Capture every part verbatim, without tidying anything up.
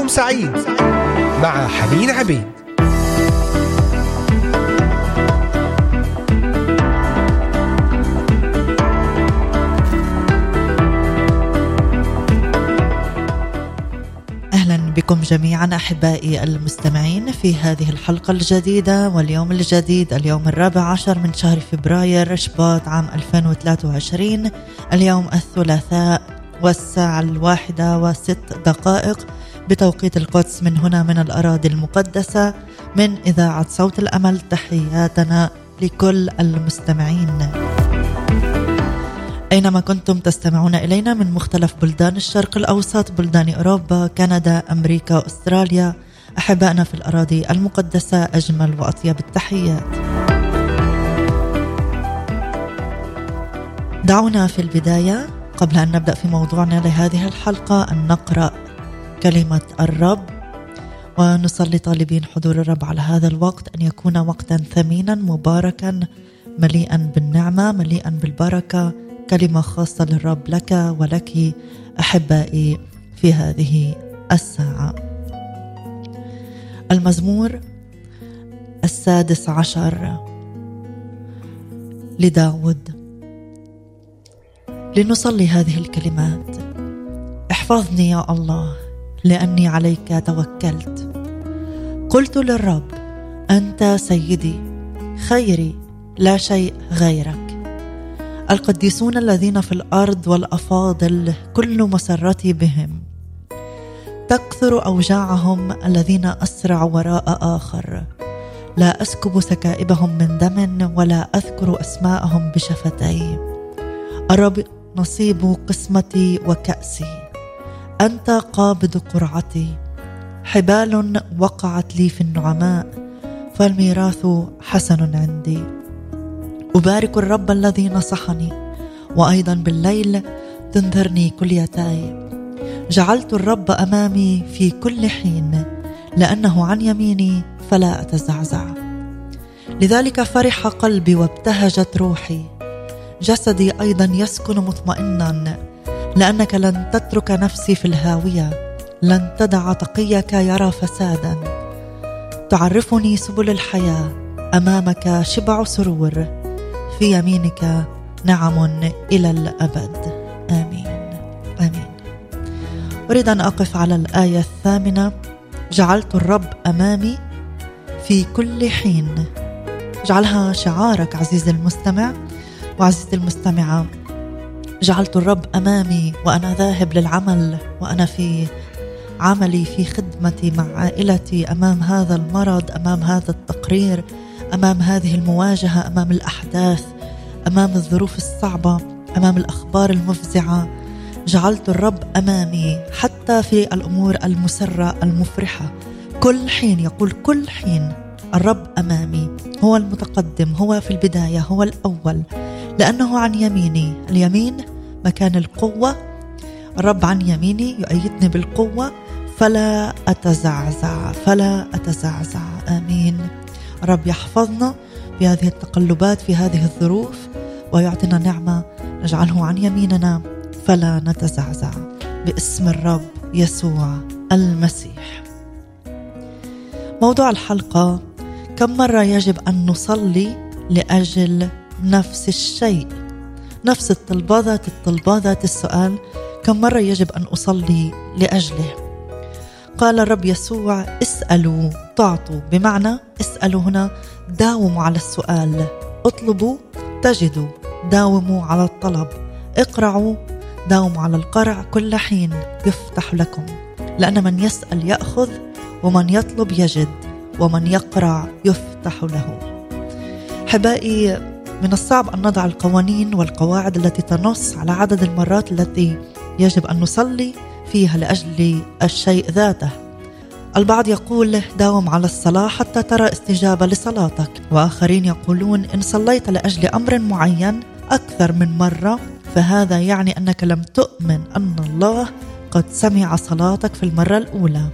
يوم سعيد مع حنين عبيد. أهلا بكم جميعا أحبائي المستمعين في هذه الحلقة الجديدة واليوم الجديد، اليوم الرابع عشر من شهر فبراير شباط عام ألفين وثلاثة وعشرين، اليوم الثلاثاء والساعة الواحدة وست دقائق بتوقيت القدس. من هنا من الأراضي المقدسة من إذاعة صوت الأمل، تحياتنا لكل المستمعين أينما كنتم تستمعون إلينا من مختلف بلدان الشرق الأوسط، بلدان أوروبا، كندا، أمريكا، أستراليا. أحبائنا في الأراضي المقدسة أجمل وأطيب التحيات. دعونا في البداية قبل أن نبدأ في موضوعنا لهذه الحلقة أن نقرأ كلمة الرب ونصلي طالبين حضور الرب على هذا الوقت أن يكون وقتا ثمينا مباركا مليئا بالنعمة مليئا بالبركة، كلمة خاصة للرب لك ولك أحبائي في هذه الساعة. المزمور السادس عشر لداود، لنصلي هذه الكلمات: احفظني يا الله لأني عليك توكلت، قلت للرب أنت سيدي، خيري لا شيء غيرك. القديسون الذين في الأرض والأفاضل كل مسرتي بهم، تكثر أوجاعهم الذين أسرع وراء آخر، لا أسكب سكائبهم من دم ولا أذكر أسماءهم بشفتي. الرب نصيب قسمتي وكأسي، أنت قابض قرعتي، حبال وقعت لي في النعماء، فالميراث حسن عندي. أبارك الرب الذي نصحني، وأيضا بالليل تنذرني كليتاي. جعلت الرب أمامي في كل حين، لأنه عن يميني فلا أتزعزع. لذلك فرح قلبي وابتهجت روحي، جسدي أيضا يسكن مطمئنا، لأنك لن تترك نفسي في الهاوية، لن تدع تقيك يرى فسادا. تعرفني سبل الحياة، أمامك شبع سرور، في يمينك نعم إلى الأبد. آمين آمين. أريد أن أقف على الآية الثامنة: جعلت الرب أمامي في كل حين. جعلها شعارك عزيزي المستمع وعزيزتي المستمعة. جعلت الرب أمامي وأنا ذاهب للعمل، وأنا في عملي، في خدمتي مع عائلتي، أمام هذا المرض، أمام هذا التقرير، أمام هذه المواجهة، أمام الأحداث، أمام الظروف الصعبة، أمام الأخبار المفزعة. جعلت الرب أمامي حتى في الأمور المسرة المفرحة. كل حين، يقول كل حين الرب أمامي، هو المتقدم، هو في البداية، هو الأول، لأنه عن يميني. اليمين مكان القوة، الرب عن يميني يؤيدني بالقوة، فلا أتزعزع فلا أتزعزع. آمين. الرب يحفظنا في هذه التقلبات، في هذه الظروف، ويعطينا نعمة نجعله عن يميننا فلا نتزعزع، باسم الرب يسوع المسيح. موضوع الحلقة: كم مرة يجب أن نصلي لأجل نفس الشيء؟ نفس الطلبة، ذات الطلبة، ذات السؤال، كم مرة يجب أن أصلي لأجله؟ قال الرب يسوع: اسألوا تعطوا، بمعنى اسألوا هنا داوموا على السؤال، اطلبوا تجدوا، داوموا على الطلب، اقرعوا، داوموا على القرع، كل حين يفتح لكم، لأن من يسأل يأخذ، ومن يطلب يجد، ومن يقرع يفتح له. حبائي، من الصعب أن نضع القوانين والقواعد التي تنص على عدد المرات التي يجب أن نصلي فيها لأجل الشيء ذاته. البعض يقول داوم على الصلاة حتى ترى استجابة لصلاتك، وآخرين يقولون إن صليت لأجل أمر معين أكثر من مرة فهذا يعني أنك لم تؤمن أن الله قد سمع صلاتك في المرة الأولى.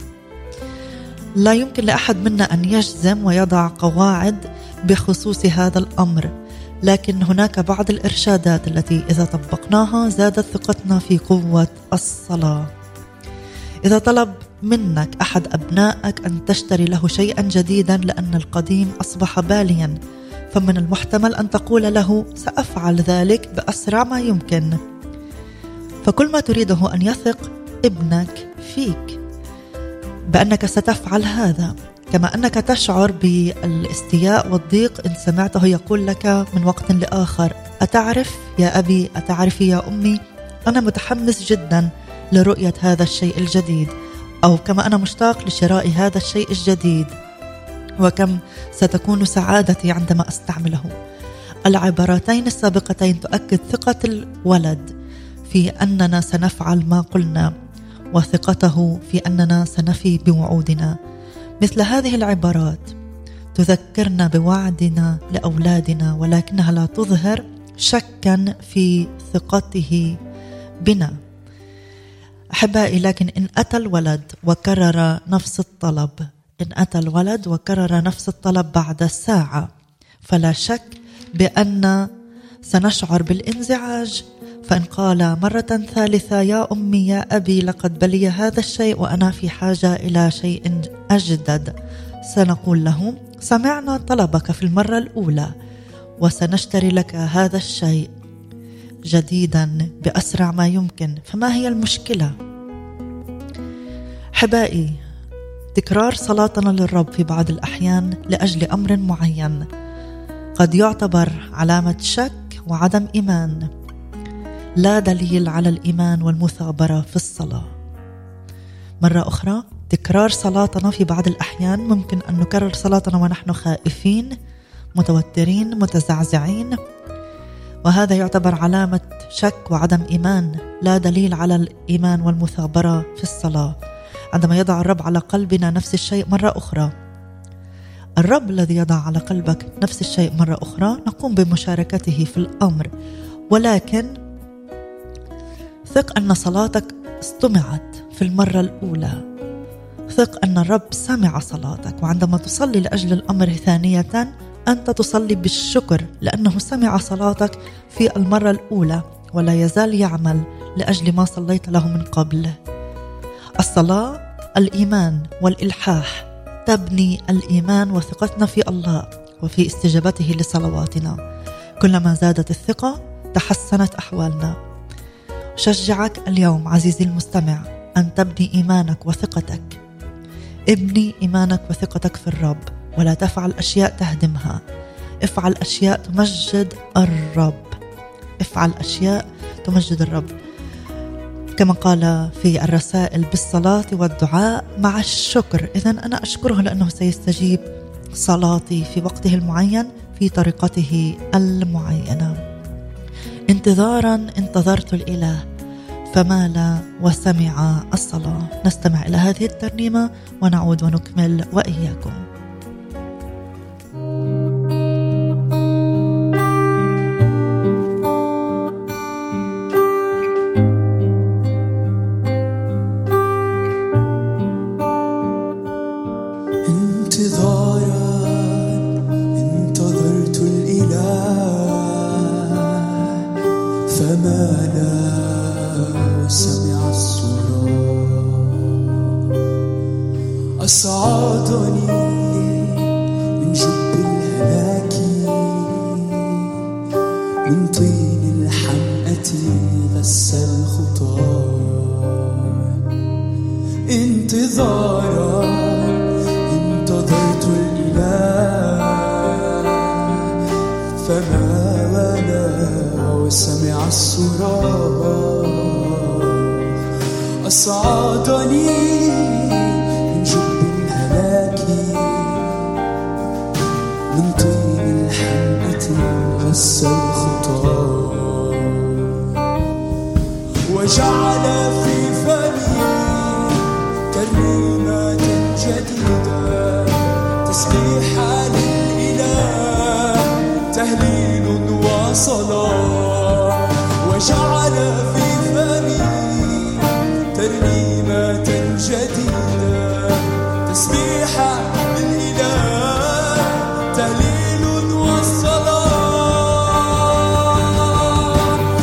لا يمكن لأحد منا أن يجزم ويضع قواعد بخصوص هذا الأمر، لكن هناك بعض الإرشادات التي إذا طبقناها زادت ثقتنا في قوة الصلاة. إذا طلب منك أحد أبنائك أن تشتري له شيئا جديدا لأن القديم أصبح باليا، فمن المحتمل أن تقول له سأفعل ذلك بأسرع ما يمكن. فكل ما تريده أن يثق ابنك فيك بأنك ستفعل هذا، كما أنك تشعر بالاستياء والضيق إن سمعته يقول لك من وقت لآخر أتعرف يا أبي، أتعرفي يا أمي، أنا متحمس جدا لرؤية هذا الشيء الجديد، أو كما أنا مشتاق لشراء هذا الشيء الجديد، وكم ستكون سعادتي عندما أستعمله. العبارتين السابقتين تؤكد ثقة الولد في أننا سنفعل ما قلنا، وثقته في أننا سنفي بوعودنا. مثل هذه العبارات تذكرنا بوعدنا لأولادنا، ولكنها لا تظهر شكا في ثقته بنا. أحبائي، لكن إن أتى الولد وكرر نفس الطلب إن أتى الولد وكرر نفس الطلب بعد ساعة، فلا شك بأن سنشعر بالانزعاج. فإن قال مرة ثالثة يا أمي يا أبي لقد بلي هذا الشيء وأنا في حاجة إلى شيء أجدد، سنقول له سمعنا طلبك في المرة الأولى وسنشتري لك هذا الشيء جديدا بأسرع ما يمكن. فما هي المشكلة؟ حبائي، تكرار صلاتنا للرب في بعض الأحيان لأجل أمر معين قد يعتبر علامة شك وعدم إيمان، لا دليل على الإيمان والمثابرة في الصلاة. مرة أخرى، تكرار صلاتنا في بعض الأحيان ممكن أن نكرر صلاتنا ونحن خائفين متوترين متزعزعين، وهذا يعتبر علامة شك وعدم إيمان، لا دليل على الإيمان والمثابرة في الصلاة. عندما يضع الرب على قلبنا نفس الشيء مرة أخرى، الرب الذي يضع على قلبك نفس الشيء مرة أخرى نقوم بمشاركته في الأمر، ولكن ثق أن صلاتك استمعت في المرة الأولى، ثق أن الرب سمع صلاتك، وعندما تصلي لأجل الأمر ثانية أنت تصلي بالشكر لأنه سمع صلاتك في المرة الأولى ولا يزال يعمل لأجل ما صليت له من قبل. الصلاة، الإيمان والإلحاح تبني الإيمان وثقتنا في الله وفي استجابته لصلواتنا. كلما زادت الثقة تحسنت أحوالنا. شجعك اليوم عزيزي المستمع أن تبني إيمانك وثقتك. ابني إيمانك وثقتك في الرب، ولا تفعل أشياء تهدمها. افعل أشياء تمجد الرب. افعل أشياء تمجد الرب، كما قال في الرسائل بالصلاة والدعاء مع الشكر. إذن أنا أشكره لأنه سيستجيب صلاتي في وقته المعين في طريقته المعينة. انتظارا انتظرت الإله فمال وسمع الصلاة. نستمع إلى هذه الترنيمة ونعود ونكمل وإياكم.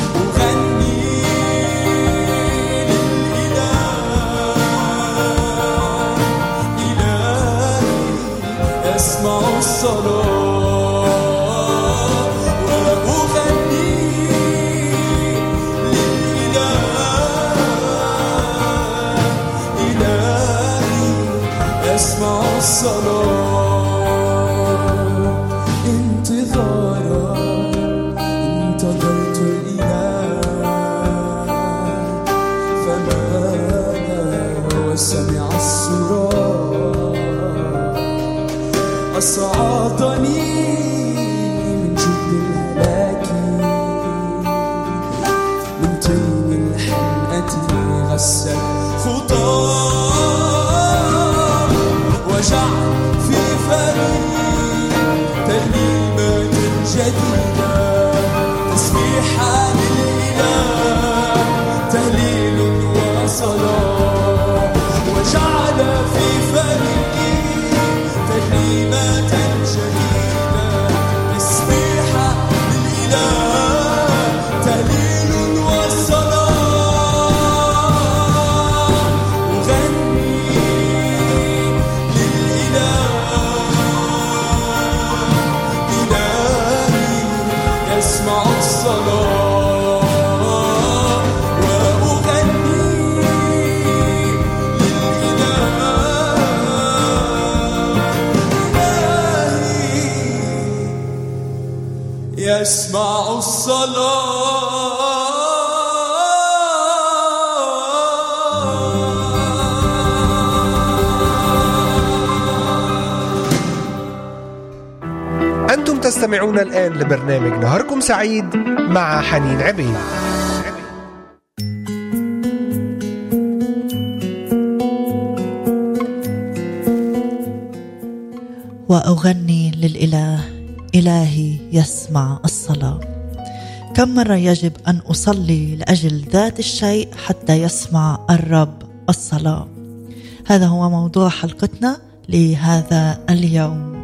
وغني للإله من طين الحنقة غسل خطاه وجعل في فمي ترنيمة جديدة تسبيحة للإله تهليل وصلاة وجعل في فمي ترنيمة جديدة تسبيحة للإله تهليل وصلاة وغني للإله إلهي يسمع الصلاة وأغني للإله إلهي يسمع الصلاة. أنتم تستمعون الآن لبرنامج نهاركم سعيد مع حنين عبيد. وأغني للإله إلهي يسمع الصلاة. كم مرة يجب أن أصلي لأجل ذات الشيء حتى يسمع الرب الصلاة؟ هذا هو موضوع حلقتنا لهذا اليوم.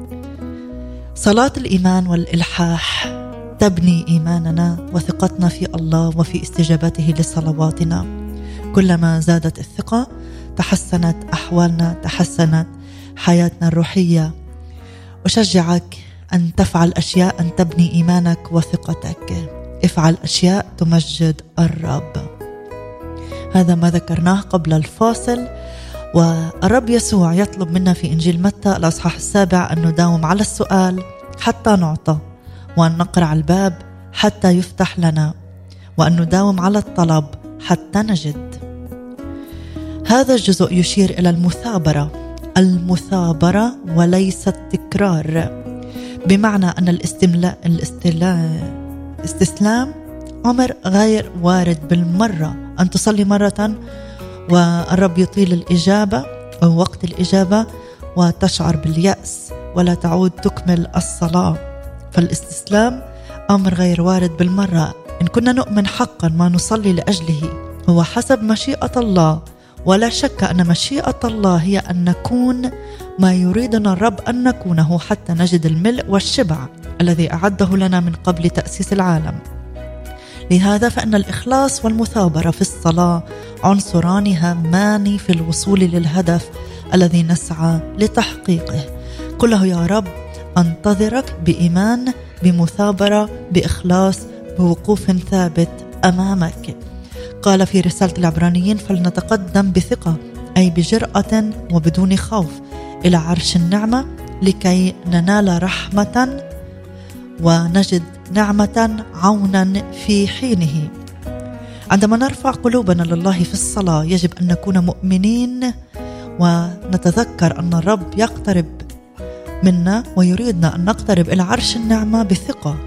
صلاة الإيمان والإلحاح تبني إيماننا وثقتنا في الله وفي استجابته لصلواتنا. كلما زادت الثقة تحسنت أحوالنا، تحسنت حياتنا الروحية. أشجعك أن تفعل أشياء أن تبني إيمانك وثقتك. افعل أشياء تمجد الرب. هذا ما ذكرناه قبل الفاصل. والرب يسوع يطلب منا في إنجيل متى الأصحاح السابع أن نداوم على السؤال حتى نعطى، وأن نقرع الباب حتى يفتح لنا، وأن نداوم على الطلب حتى نجد. هذا الجزء يشير إلى المثابرة المثابرة وليس التكرار، بمعنى أن الاستملاء الاستسلام أمر غير وارد بالمرة. أن تصلي مرة والرب يطيل الإجابة أو وقت الإجابة وتشعر باليأس ولا تعود تكمل الصلاة. فالاستسلام أمر غير وارد بالمرة. إن كنا نؤمن حقا ما نصلي لأجله هو حسب مشيئة الله، ولا شك أن مشيئة الله هي أن نكون ما يريدنا الرب أن نكونه حتى نجد الملء والشبع الذي أعده لنا من قبل تأسيس العالم. لهذا فإن الإخلاص والمثابرة في الصلاة عنصران هامان في الوصول للهدف الذي نسعى لتحقيقه. كله يا رب أنتظرك بإيمان، بمثابرة، بإخلاص، بوقوف ثابت أمامك. قال في رسالة العبرانيين: فلنتقدم بثقة، أي بجرأة وبدون خوف، إلى عرش النعمة لكي ننال رحمة ونجد نعمة عونا في حينه. عندما نرفع قلوبنا لله في الصلاة يجب أن نكون مؤمنين ونتذكر أن الرب يقترب منا ويريدنا أن نقترب إلى عرش النعمة بثقة،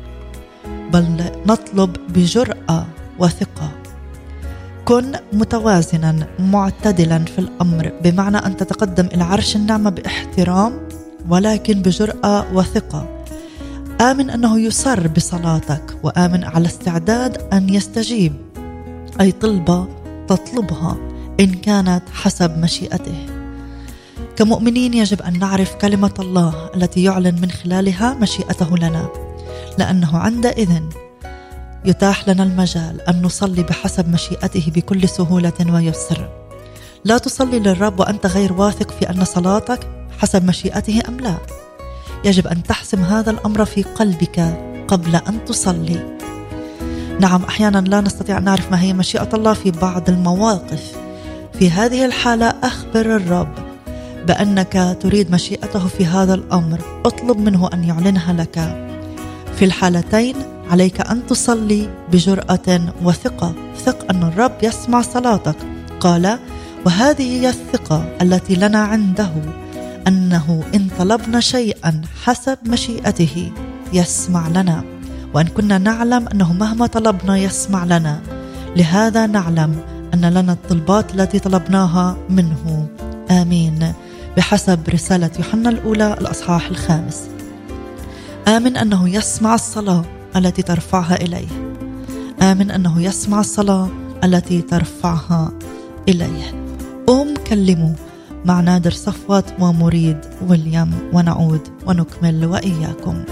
بل نطلب بجرأة وثقة. كن متوازنا معتدلا في الأمر، بمعنى أن تتقدم إلى عرش النعمة باحترام ولكن بجرأة وثقة. آمن أنه يسر بصلاتك، وآمن على استعداد أن يستجيب أي طلبة تطلبها إن كانت حسب مشيئته. كمؤمنين يجب أن نعرف كلمة الله التي يعلن من خلالها مشيئته لنا، لأنه عندئذ يتاح لنا المجال أن نصلي بحسب مشيئته بكل سهولة ويسر. لا تصلي للرب وأنت غير واثق في أن صلاتك حسب مشيئته أم لا. يجب أن تحسم هذا الأمر في قلبك قبل أن تصلي. نعم، أحيانا لا نستطيع أن نعرف ما هي مشيئة الله في بعض المواقف. في هذه الحالة أخبر الرب بأنك تريد مشيئته في هذا الأمر، اطلب منه أن يعلنها لك. في الحالتين عليك أن تصلي بجرأة وثقة. ثق أن الرب يسمع صلاتك. قال: وهذه هي الثقة التي لنا عنده، أنه إن طلبنا شيئا حسب مشيئته يسمع لنا. وأن كنا نعلم أنه مهما طلبنا يسمع لنا، لهذا نعلم أن لنا الطلبات التي طلبناها منه. آمين. بحسب رسالة يوحنا الأولى الأصحاح الخامس. آمن أنه يسمع الصلاة التي ترفعها إليه. آمن أنه يسمع الصلاة التي ترفعها إليه. قوم كلموا مع نادر صفوت ومريد ويليام، ونعود ونكمل وإياكم.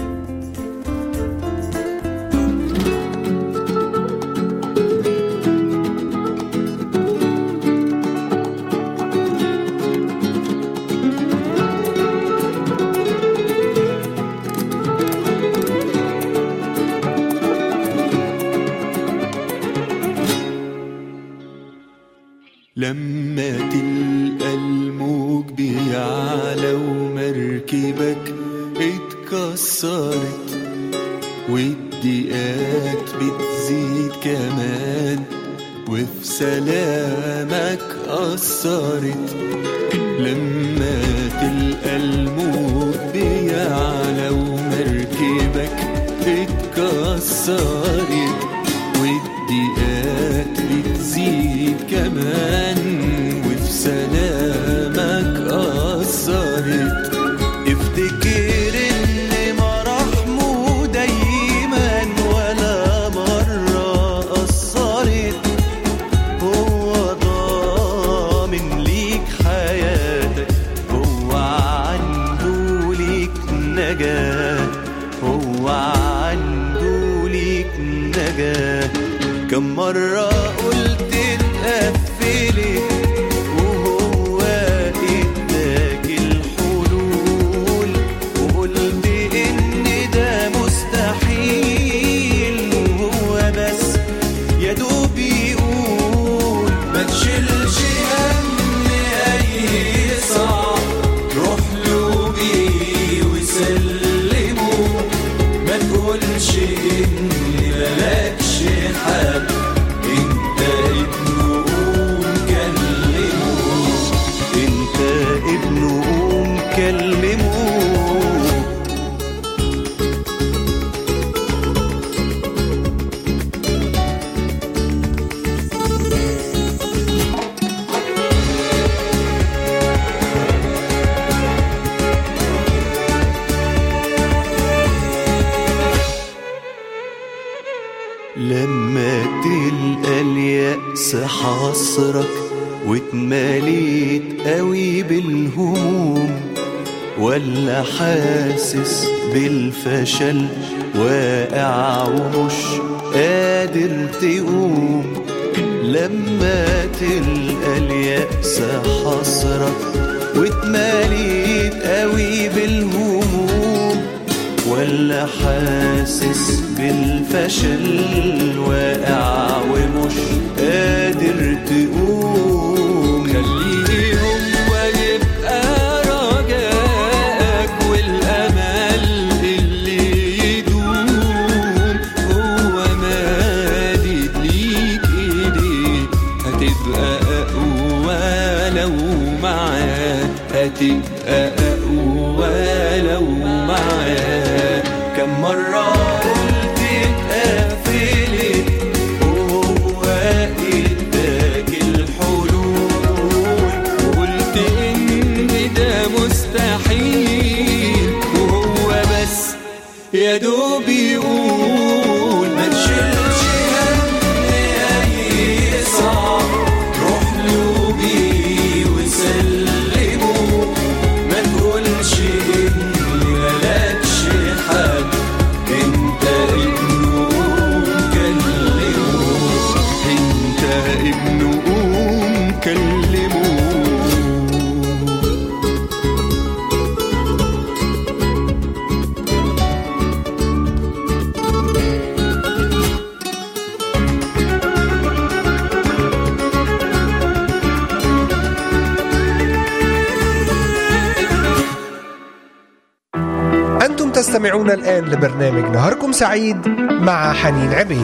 لما تلقى الموج بيعلى ومركبك اتكسرت والضيقات بتزيد كمان وفي سلامك أثرت، لما تلقى الموج بيعلى ومركبك اتكسرت والضيقات بتزيد كمان وفي سلامك أثرت، افتكر ان مراحمه دايما ولا مرة أثرت، هو ضامن ليك حياتك، هو عنده ليك نجاة، هو عنده ليك نجاة. كم مرة قلت اتقفلت وهو اداك الحلول، وقلت ان ده مستحيل وهو بس يا دوب يقول ما تشيلش هم اي صعب، روح له بيه وسلمه، ما تقولش ان ملكش حد، انت ابنه قوم كلمه، انت ابنه قوم كلمه. لما تلقى اليأس حاصرك واتمليت قوي بالهموم، ولا حاسس بالفشل واقع ومش قادر تقوم، لما تلقى اليأس حاصرك واتمليت قوي بالهموم، ولا حاسس بالفشل واقع ومش قادر تقوم، خليهم ويبقى رجاءك والأمل اللي يدوم، هو مادد ليك ايديه، هتبقى أقوى لو معاه، هتبقى أقوى لو معاه. كم مرة قلت اتقفلت وهو اداك الحلول، وقلت ان ده مستحيل وهو بس يا دوب يقول ما تشيلش هم اي صعب، روح له بيه وسلمه، ما تقولش ان ملكش حد، انت ابنه قوم كلمه، انت ابنه قوم كلمه. أنتم تستمعون الآن لبرنامج نهاركم سعيد مع حنين عبيد.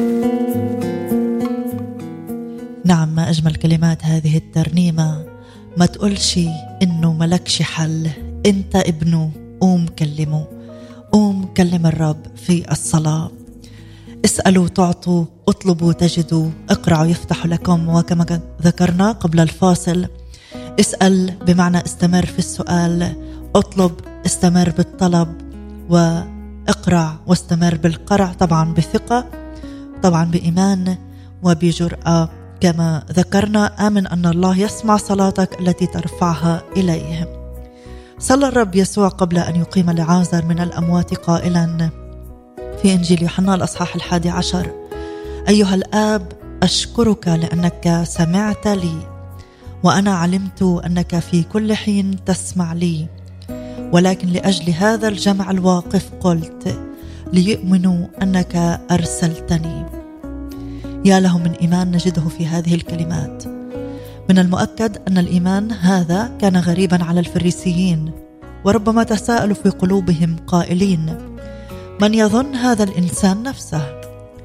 نعم، ما أجمل كلمات هذه الترنيمة ما تقولش إنه ملكش حل، أنت ابنه، قوم كلمه، قوم كلم الرب في الصلاة. اسألوا تعطوا، اطلبوا تجدوا، اقرعوا يفتح لكم. وكما ذكرنا قبل الفاصل، اسأل بمعنى استمر في السؤال، اطلب استمر بالطلب، واقرع واستمر بالقرع، طبعا بثقة، طبعا بإيمان وبجرأة. كما ذكرنا آمن أن الله يسمع صلاتك التي ترفعها إليه. صلى الرب يسوع قبل أن يقيم لعازر من الأموات قائلا في إنجيل يوحنا الأصحاح الحادي عشر: أيها الآب أشكرك لأنك سمعت لي، وأنا علمت أنك في كل حين تسمع لي، ولكن لأجل هذا الجمع الواقف قلت، ليؤمنوا أنك أرسلتني. يا له من إيمان نجده في هذه الكلمات. من المؤكد أن الإيمان هذا كان غريبا على الفريسيين، وربما تساءلوا في قلوبهم قائلين: من يظن هذا الإنسان نفسه؟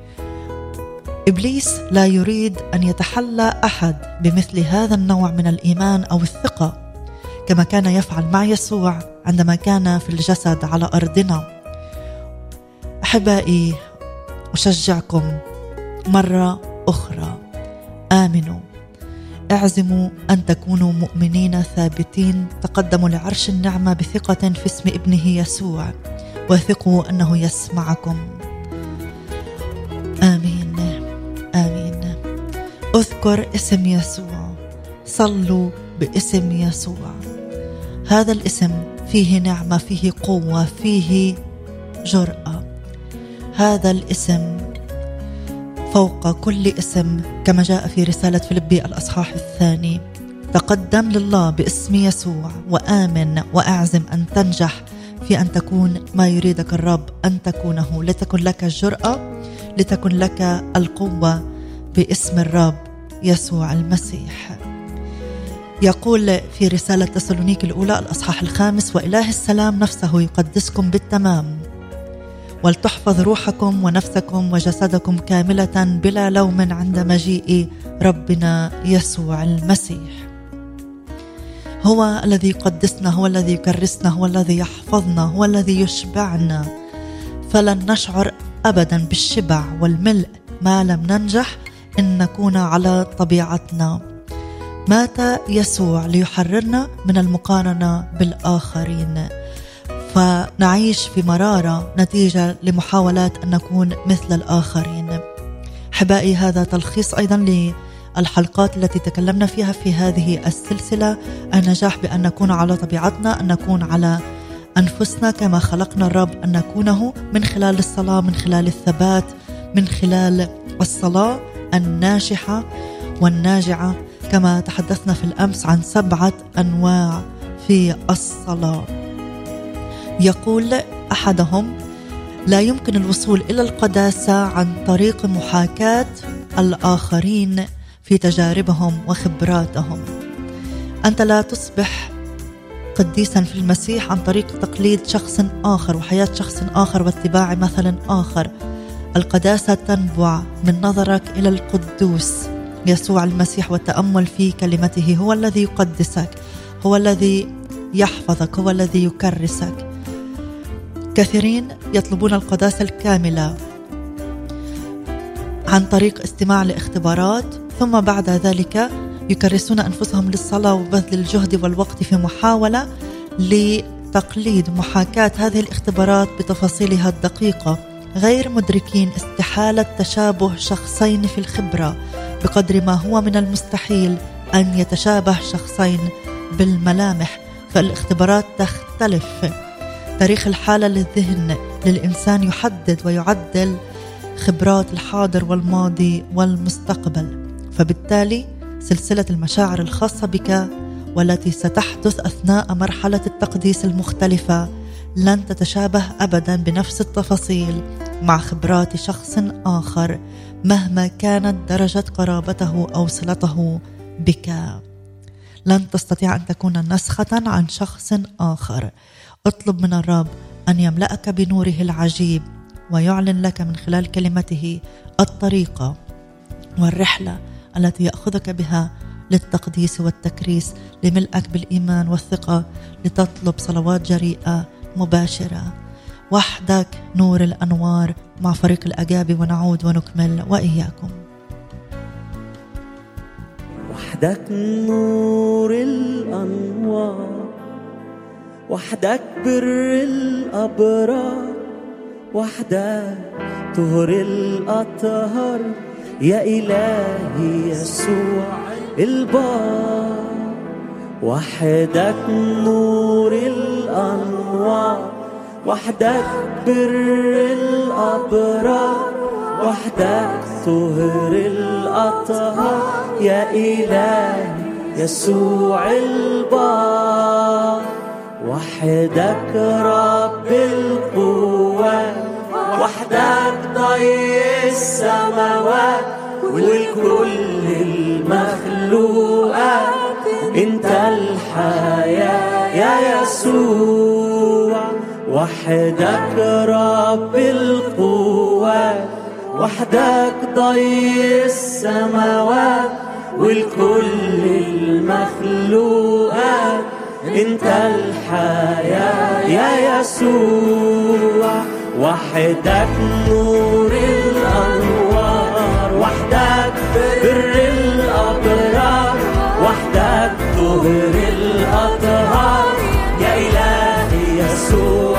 إبليس لا يريد أن يتحلى أحد بمثل هذا النوع من الإيمان أو الثقة، كما كان يفعل مع يسوع عندما كان في الجسد على أرضنا. أحبائي، أشجعكم مرة أخرى، آمنوا، اعزموا أن تكونوا مؤمنين ثابتين، تقدموا لعرش النعمة بثقة في اسم ابنه يسوع، وثقوا أنه يسمعكم. آمين آمين. اذكر اسم يسوع، صلوا باسم يسوع. هذا الاسم فيه نعمة، فيه قوة، فيه جرأة. هذا الاسم فوق كل اسم، كما جاء في رسالة فيلبي الأصحاح الثاني. تقدم لله باسم يسوع وآمن وأعزم أن تنجح في أن تكون ما يريدك الرب أن تكونه. لتكن لك الجرأة، لتكن لك القوة باسم الرب يسوع المسيح. يقول في رسالة تسالونيك الأولى الأصحاح الخامس: وإله السلام نفسه يقدسكم بالتمام، ولتحفظ روحكم ونفسكم وجسدكم كاملة بلا لوم عند مجيء ربنا يسوع المسيح. هو الذي يقدسنا، هو الذي يكرسنا، هو الذي يحفظنا، هو الذي يشبعنا. فلن نشعر أبدا بالشبع والملء ما لم ننجح إن نكون على طبيعتنا. مات يسوع ليحررنا من المقارنة بالآخرين، فنعيش في مرارة نتيجة لمحاولات أن نكون مثل الآخرين. أحبائي، هذا تلخيص أيضا للحلقات التي تكلمنا فيها في هذه السلسلة: النجاح بأن نكون على طبيعتنا، أن نكون على أنفسنا كما خلقنا الرب أن نكونه، من خلال الصلاة، من خلال الثبات، من خلال الصلاة الناجحة والناجعة، كما تحدثنا في الأمس عن سبعة أنواع في الصلاة. يقول أحدهم: لا يمكن الوصول إلى القداسة عن طريق محاكاة الآخرين في تجاربهم وخبراتهم. أنت لا تصبح قديسا في المسيح عن طريق تقليد شخص آخر وحياة شخص آخر واتباع مثل آخر. القداسة تنبع من نظرك إلى القدوس يسوع المسيح والتأمل في كلمته. هو الذي يقدسك، هو الذي يحفظك، هو الذي يكرسك. كثيرين يطلبون القداسة الكاملة عن طريق استماع لاختبارات، ثم بعد ذلك يكرسون أنفسهم للصلاة وبذل الجهد والوقت في محاولة لتقليد محاكاة هذه الاختبارات بتفاصيلها الدقيقة، غير مدركين استحالة تشابه شخصين في الخبرة، بقدر ما هو من المستحيل أن يتشابه شخصين بالملامح. فالاختبارات تختلف. تاريخ الحالة للذهن للإنسان يحدد ويعدل خبرات الحاضر والماضي والمستقبل. فبالتالي سلسلة المشاعر الخاصة بك والتي ستحدث أثناء مرحلة التقديس المختلفة لن تتشابه أبدا بنفس التفاصيل مع خبرات شخص آخر مهما كانت درجة قرابته أو صلته بك. لن تستطيع أن تكون نسخة عن شخص آخر. اطلب من الرب أن يملأك بنوره العجيب ويعلن لك من خلال كلمته الطريقة والرحلة التي يأخذك بها للتقديس والتكريس، لملئك بالإيمان والثقة، لتطلب صلوات جريئة مباشرة. وحدك نور الأنوار مع فريق الأجابي، ونعود ونكمل وإياكم. وحدك نور الأنوار، وحدك بر الأبرار، وحدك طهر الأطهار، يا إلهي يسوع البار. وحدك نور الأنوار، وحدك بر الأبرار، وحدك طهر الأطهار، يا إلهي يسوع البار. وحدك رب القوات، وحدك ضي السماوات والكل المخلوقات، انت الحياة يا يسوع. وحدك رب القوات، وحدك ضي السماوات والكل المخلوقات، انت الحياة يا يسوع. وحدك نور الأنوار، وحدك بر الأبرار، وحدك طهر الأطهار، يا إلهي يسوع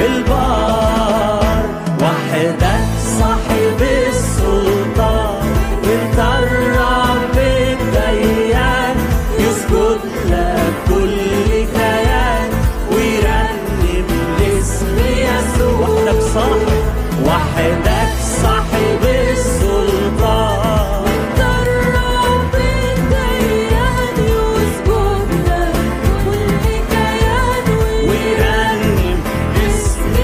البار. وحدك صاحب السلطان، انت الرب الديان، يسجد لك كل كيان ويرنم لاسم يسوع. وحدك صاحب وحدك صاحب السلطان، انت الرب الديان، يسجد لك كل كيان ويرنم لاسم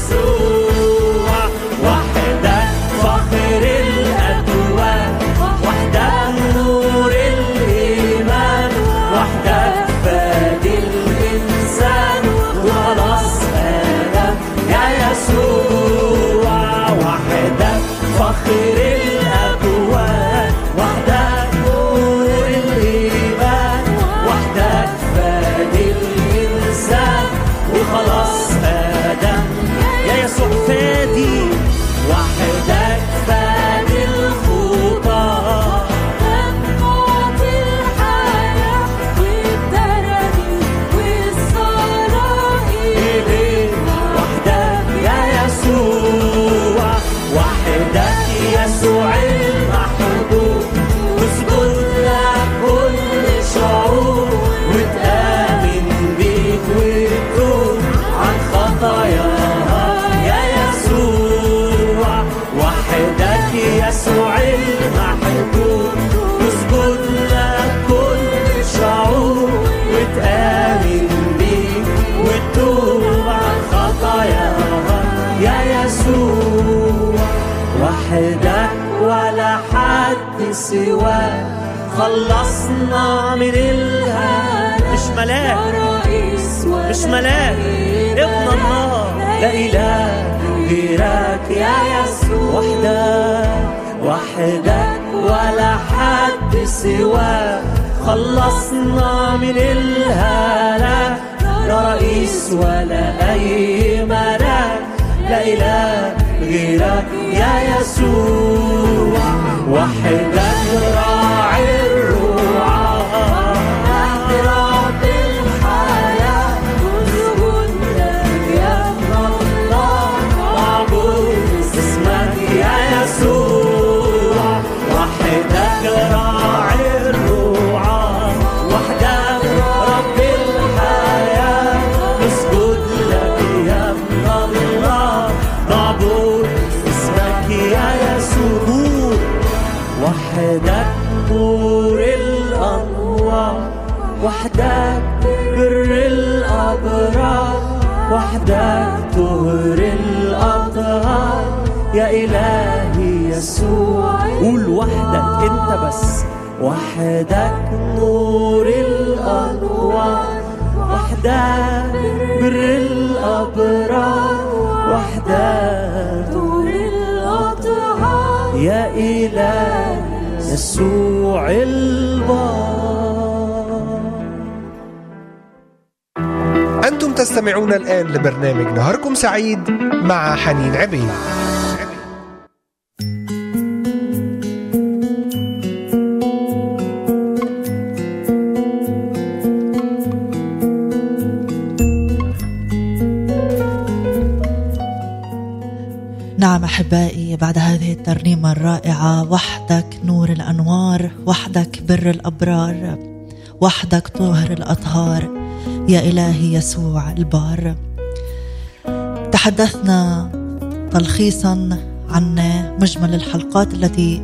يسوع. وحدك فخر الأكوان، وحدك نور الإيمان، وحدك فادي الإنسان وخلاص آدم يا يسوع. وحدك فخر الأكوان، وحدك نور الإيمان، وحدك فادي الإنسان وخلاص آدم يا يسوع فادي. وحدك فادي الخطاة، معطي الحياة والدرجة والصلاة إليك. وحدك يا يسوع، وحدك يسوع المحبوب، تسجد لك كل شعور وتآمن بيك وتتوب عن خطاياها يا يسوع. وحدك يسوع المحبوب، تسجد لك كل شعور وتآمن بيك وتتوب عن خطاياها يا يسوع. وحدك ولا حد سواك، خلصنا من الهلاك. مش ملاك مش ملاك ابن الله، لا إله غيرك يا يسوع. وحدك وحدك ولا حد سواك، خلصنا من الهلاك. لا رئيس ولا أي ملاك، لا إله غيرك يا يسوع. وحدك راعي الرعاة، رب الحياة، نسجد لك يا ابن الله، معبود اسمك يا يسوع. وحدك راعي الرعاة، وحدك رب الحياة، نسجد لك يا ابن الله، معبود اسمك يا يسوع. وحدك نور الأنوار، وحدك بر الأبرار، وحدك طهر الأطهار، يا إلهي يسوع. قول وحدك انت بس. وحدك نور الأنوار، وحدك بر الأبرار، وحدك طهر الأطهار، يا إلهي يسوع البار. تستمعون الآن لبرنامج نهاركم سعيد مع حنين عبيد. نعم أحبائي، بعد هذه الترنيمة الرائعة: وحدك نور الأنوار، وحدك بر الأبرار، وحدك طهر الأطهار، يا إلهي يسوع البار. تحدثنا تلخيصا عن مجمل الحلقات التي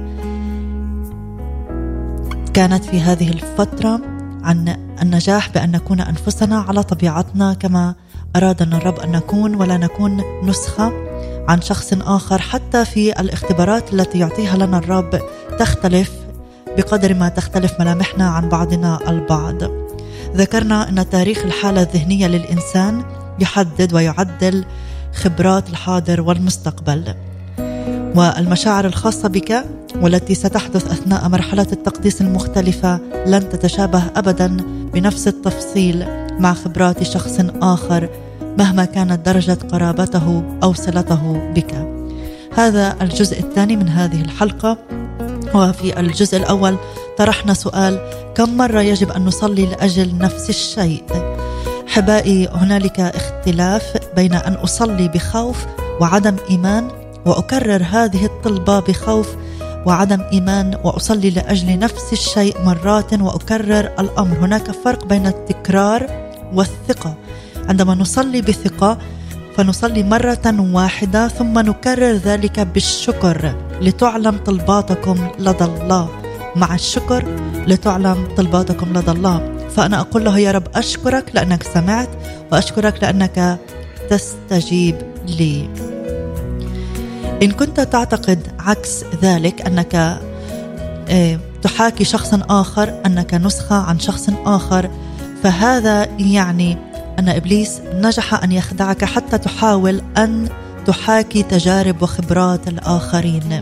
كانت في هذه الفترة عن النجاح بأن نكون أنفسنا على طبيعتنا كما أرادنا الرب أن نكون، ولا نكون نسخة عن شخص آخر. حتى في الاختبارات التي يعطيها لنا الرب تختلف بقدر ما تختلف ملامحنا عن بعضنا البعض. ذكرنا أن تاريخ الحالة الذهنية للإنسان يحدد ويعدل خبرات الحاضر والمستقبل، والمشاعر الخاصة بك والتي ستحدث أثناء مرحلة التقديس المختلفة لن تتشابه أبدا بنفس التفصيل مع خبرات شخص آخر مهما كانت درجة قرابته أو صلته بك. هذا الجزء الثاني من هذه الحلقة. وفي الجزء الأول طرحنا سؤال: كم مرة يجب أن نصلي لأجل نفس الشيء؟ حبائي، هنالك اختلاف بين أن أصلي بخوف وعدم إيمان وأكرر هذه الطلبة بخوف وعدم إيمان، وأصلي لأجل نفس الشيء مرات وأكرر الأمر. هناك فرق بين التكرار والثقة. عندما نصلي بثقة فنصلي مرة واحدة ثم نكرر ذلك بالشكر لتعلم طلباتكم لدى الله. مع الشكر لتعلم طلباتكم لدى الله. فأنا أقول له: يا رب أشكرك لأنك سمعت، وأشكرك لأنك تستجيب لي. إن كنت تعتقد عكس ذلك، أنك تحاكي شخصا آخر، أنك نسخة عن شخص آخر، فهذا يعني أن إبليس نجح أن يخدعك حتى تحاول أن تحاكي تجارب وخبرات الآخرين.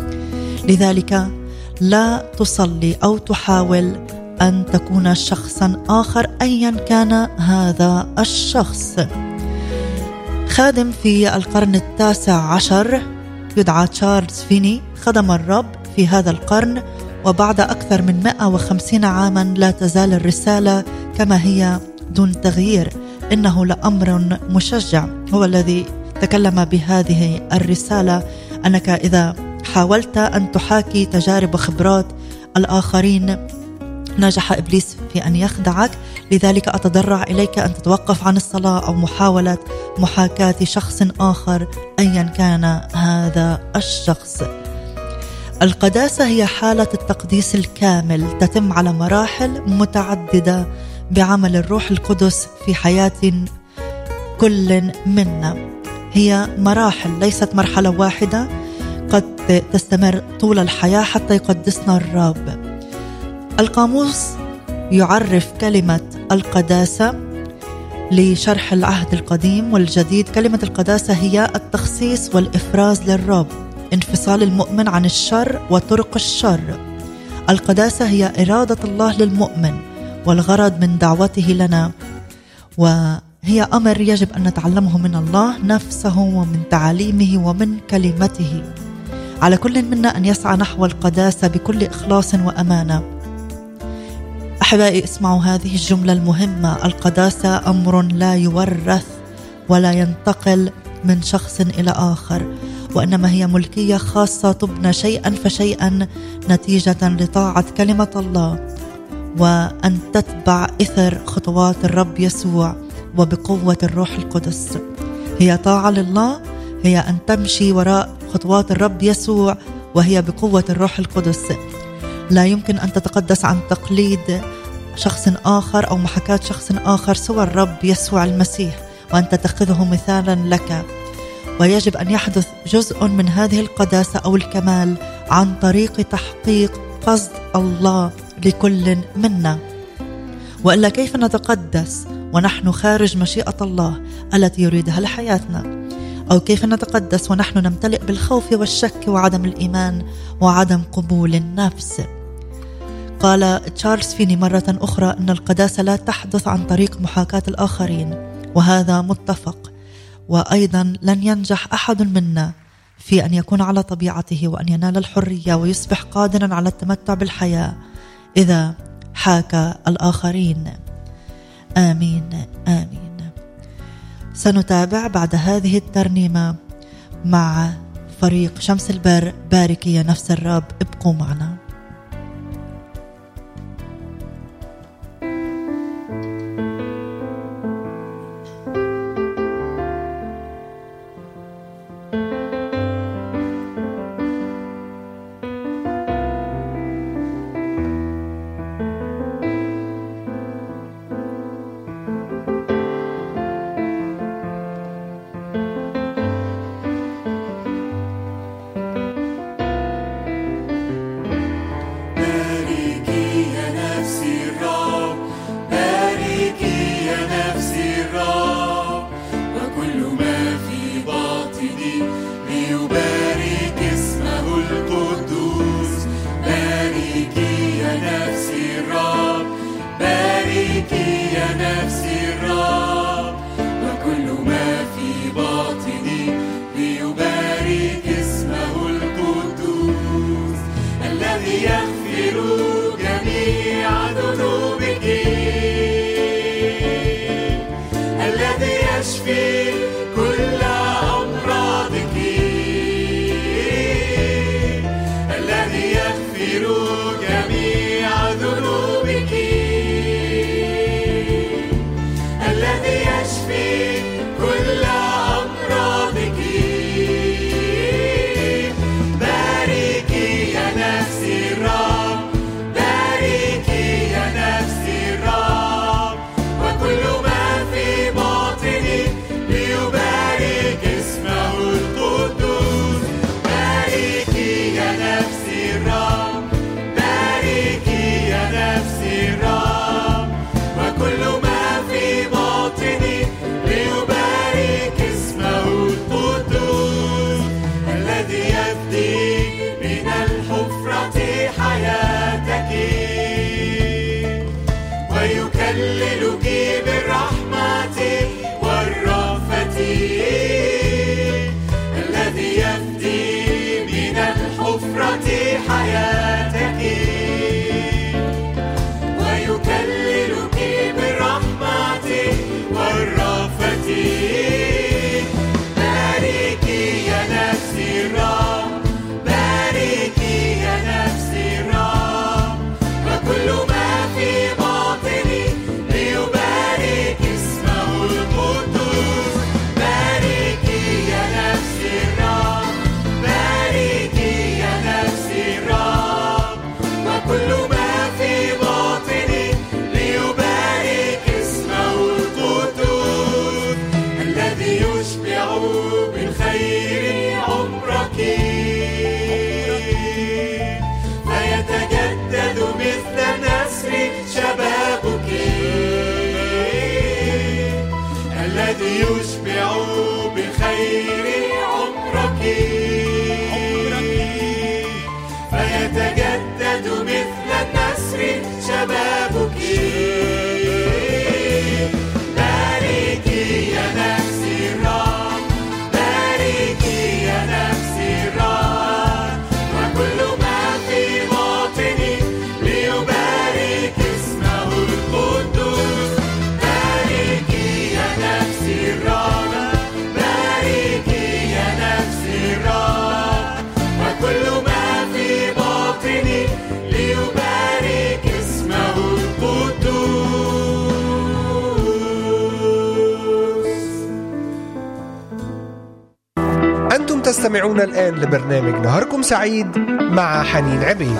لذلك لا تصلي أو تحاول أن تكون شخصا آخر أيا كان هذا الشخص. خادم في القرن التاسع عشر يدعى تشارلز فيني خدم الرب في هذا القرن، وبعد أكثر من مئة وخمسين عاما لا تزال الرسالة كما هي دون تغيير. إنه لأمر مشجع هو الذي تكلم بهذه الرسالة، أنك إذا حاولت أن تحاكي تجارب وخبرات الآخرين نجح إبليس في أن يخدعك. لذلك أتضرع إليك أن تتوقف عن الصلاة أو محاولة محاكاة شخص آخر أيا كان هذا الشخص. القداسة هي حالة التقديس الكامل تتم على مراحل متعددة بعمل الروح القدس في حياة كل منا. هي مراحل، ليست مرحلة واحدة قد تستمر طول الحياة حتى يقدسنا الرب. القاموس يعرف كلمة القداسة لشرح العهد القديم والجديد. كلمة القداسة هي التخصيص والإفراز للرب، انفصال المؤمن عن الشر وطرق الشر. القداسة هي إرادة الله للمؤمن والغرض من دعوته لنا، وهي أمر يجب أن نتعلمه من الله نفسه ومن تعاليمه ومن كلمته. على كل منا أن يسعى نحو القداسة بكل إخلاص وأمانة. أحبائي، اسمعوا هذه الجملة المهمة: القداسة أمر لا يورث ولا ينتقل من شخص إلى آخر، وإنما هي ملكية خاصة تبنى شيئا فشيئا نتيجة لطاعة كلمة الله وأن تتبع إثر خطوات الرب يسوع وبقوة الروح القدس. هي طاعة لله، هي أن تمشي وراء خطوات الرب يسوع، وهي بقوة الروح القدس. لا يمكن أن تتقدس عن تقليد شخص آخر أو محاكاة شخص آخر سوى الرب يسوع المسيح وأن تتخذه مثالا لك. ويجب أن يحدث جزء من هذه القداسة أو الكمال عن طريق تحقيق قصد الله لكل منا. وإلا كيف نتقدس ونحن خارج مشيئة الله التي يريدها لحياتنا؟ أو كيف نتقدس ونحن نمتلئ بالخوف والشك وعدم الإيمان وعدم قبول النفس؟ قال تشارلز فيني مرة أخرى أن القداسة لا تحدث عن طريق محاكاة الآخرين، وهذا متفق. وأيضا لن ينجح أحد منا في أن يكون على طبيعته وأن ينال الحرية ويصبح قادرا على التمتع بالحياة إذا حاكى الآخرين. آمين آمين. سنتابع بعد هذه الترنيمة مع فريق شمس البر. باركي يا نفس الرب. ابقوا معنا. تستمعون الآن لبرنامج نهاركم سعيد مع حنين عبيد.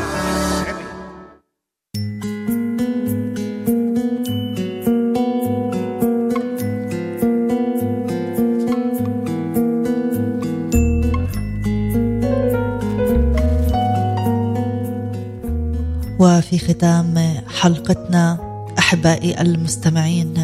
وفي ختام حلقتنا أحبائي المستمعين،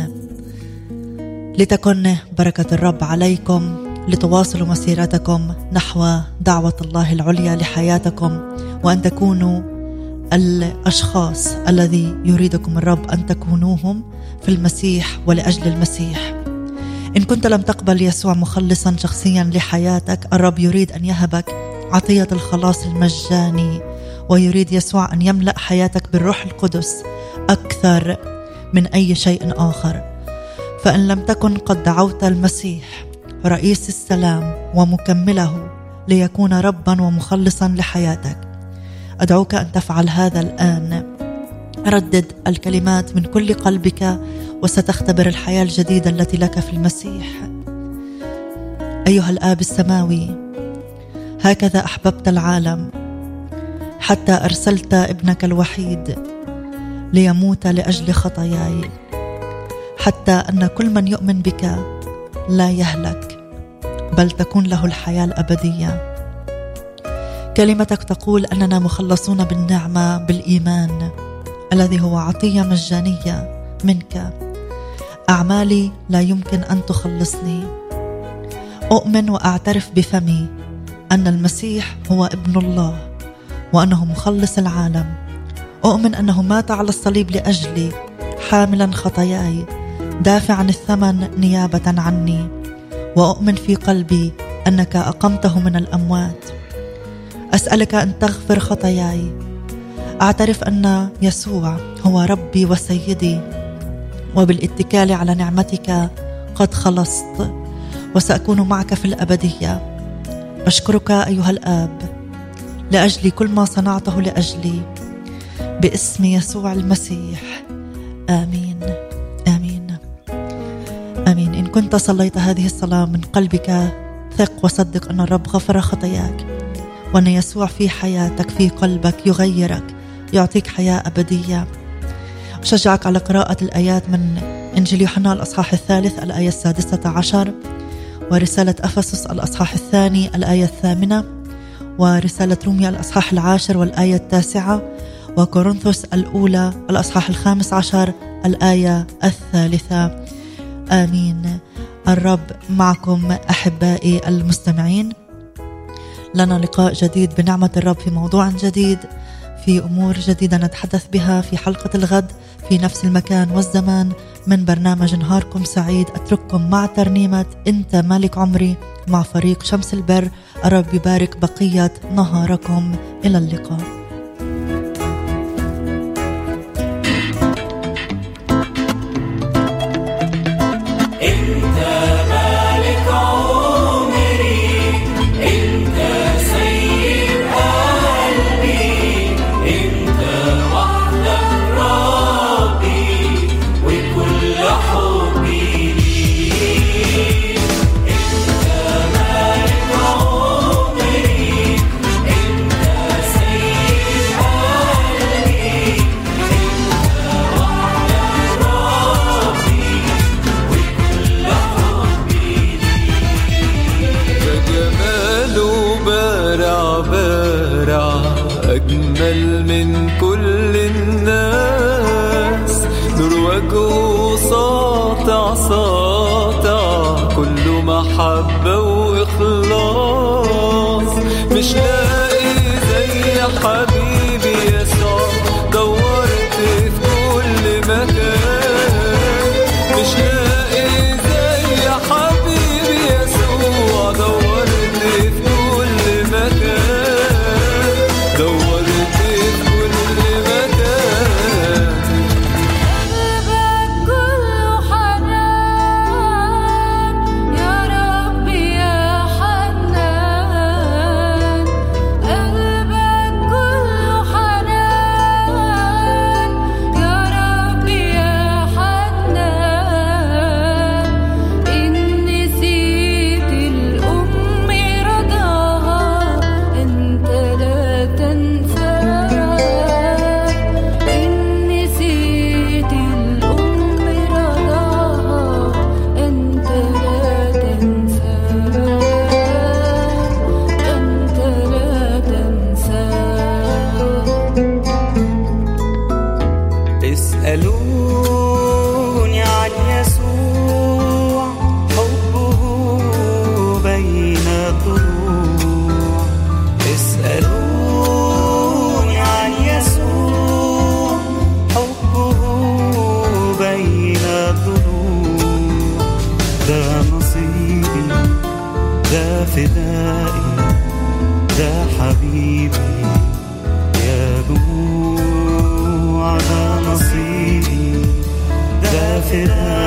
لتكن بركة الرب عليكم لتواصلوا مسيرتكم نحو دعوة الله العليا لحياتكم، وأن تكونوا الأشخاص الذي يريدكم الرب أن تكونوهم في المسيح ولأجل المسيح. إن كنت لم تقبل يسوع مخلصا شخصيا لحياتك، الرب يريد أن يهبك عطية الخلاص المجاني، ويريد يسوع أن يملأ حياتك بالروح القدس أكثر من أي شيء آخر. فإن لم تكن قد دعوت المسيح رئيس السلام ومكمله ليكون ربا ومخلصا لحياتك، أدعوك أن تفعل هذا الآن. ردد الكلمات من كل قلبك وستختبر الحياة الجديدة التي لك في المسيح. أيها الآب السماوي، هكذا أحببت العالم حتى أرسلت ابنك الوحيد ليموت لأجل خطاياي، حتى أن كل من يؤمن بك لا يهلك بل تكون له الحياة الأبدية. كلمتك تقول أننا مخلصون بالنعمة بالإيمان الذي هو عطية مجانية منك. أعمالي لا يمكن أن تخلصني. أؤمن وأعترف بفمي أن المسيح هو ابن الله وأنه مخلص العالم. أؤمن أنه مات على الصليب لأجلي حاملا خطاياي دافعا الثمن نيابة عني، وأؤمن في قلبي أنك أقمته من الأموات. أسألك أن تغفر خطاياي. أعترف أن يسوع هو ربي وسيدي، وبالاتكال على نعمتك قد خلصت وسأكون معك في الأبدية. أشكرك أيها الآب لأجل كل ما صنعته لأجلي، باسم يسوع المسيح، آمين آمين آمين. إن كنت صليت هذه الصلاة من قلبك، ثق وصدق أن الرب غفر خطاياك، وأن يسوع في حياتك في قلبك يغيرك، يعطيك حياة أبدية. أشجعك على قراءة الآيات من إنجيل يوحنا الأصحاح الثالث الآية السادسة عشر، ورسالة أفسس الأصحاح الثاني الآية الثامنة، ورسالة روميا الأصحاح العاشر والآية التاسعة، وكورنثوس الأولى الأصحاح الخامس عشر الآية الثالثة. آمين. الرب معكم أحبائي المستمعين. لنا لقاء جديد بنعمة الرب في موضوع جديد، في أمور جديدة نتحدث بها في حلقة الغد في نفس المكان والزمان من برنامج نهاركم سعيد. أترككم مع ترنيمة أنت مالك عمري مع فريق شمس البر. الرب يبارك بقية نهاركم. إلى اللقاء. أجمل من كل الناس، نور وجهه ساطع ساطع، كله محبة وإخلاص. مش لاقي زي حبيبي يسوع، دورت في كل مكان. مش لاقي زي حبيبي يسوع، دورت في كل مكان، دورت في كل مكان. قلبك كله حنان يا ربي يا فدائي ده حبيبي يسوع، ده نصيبي ده فدائي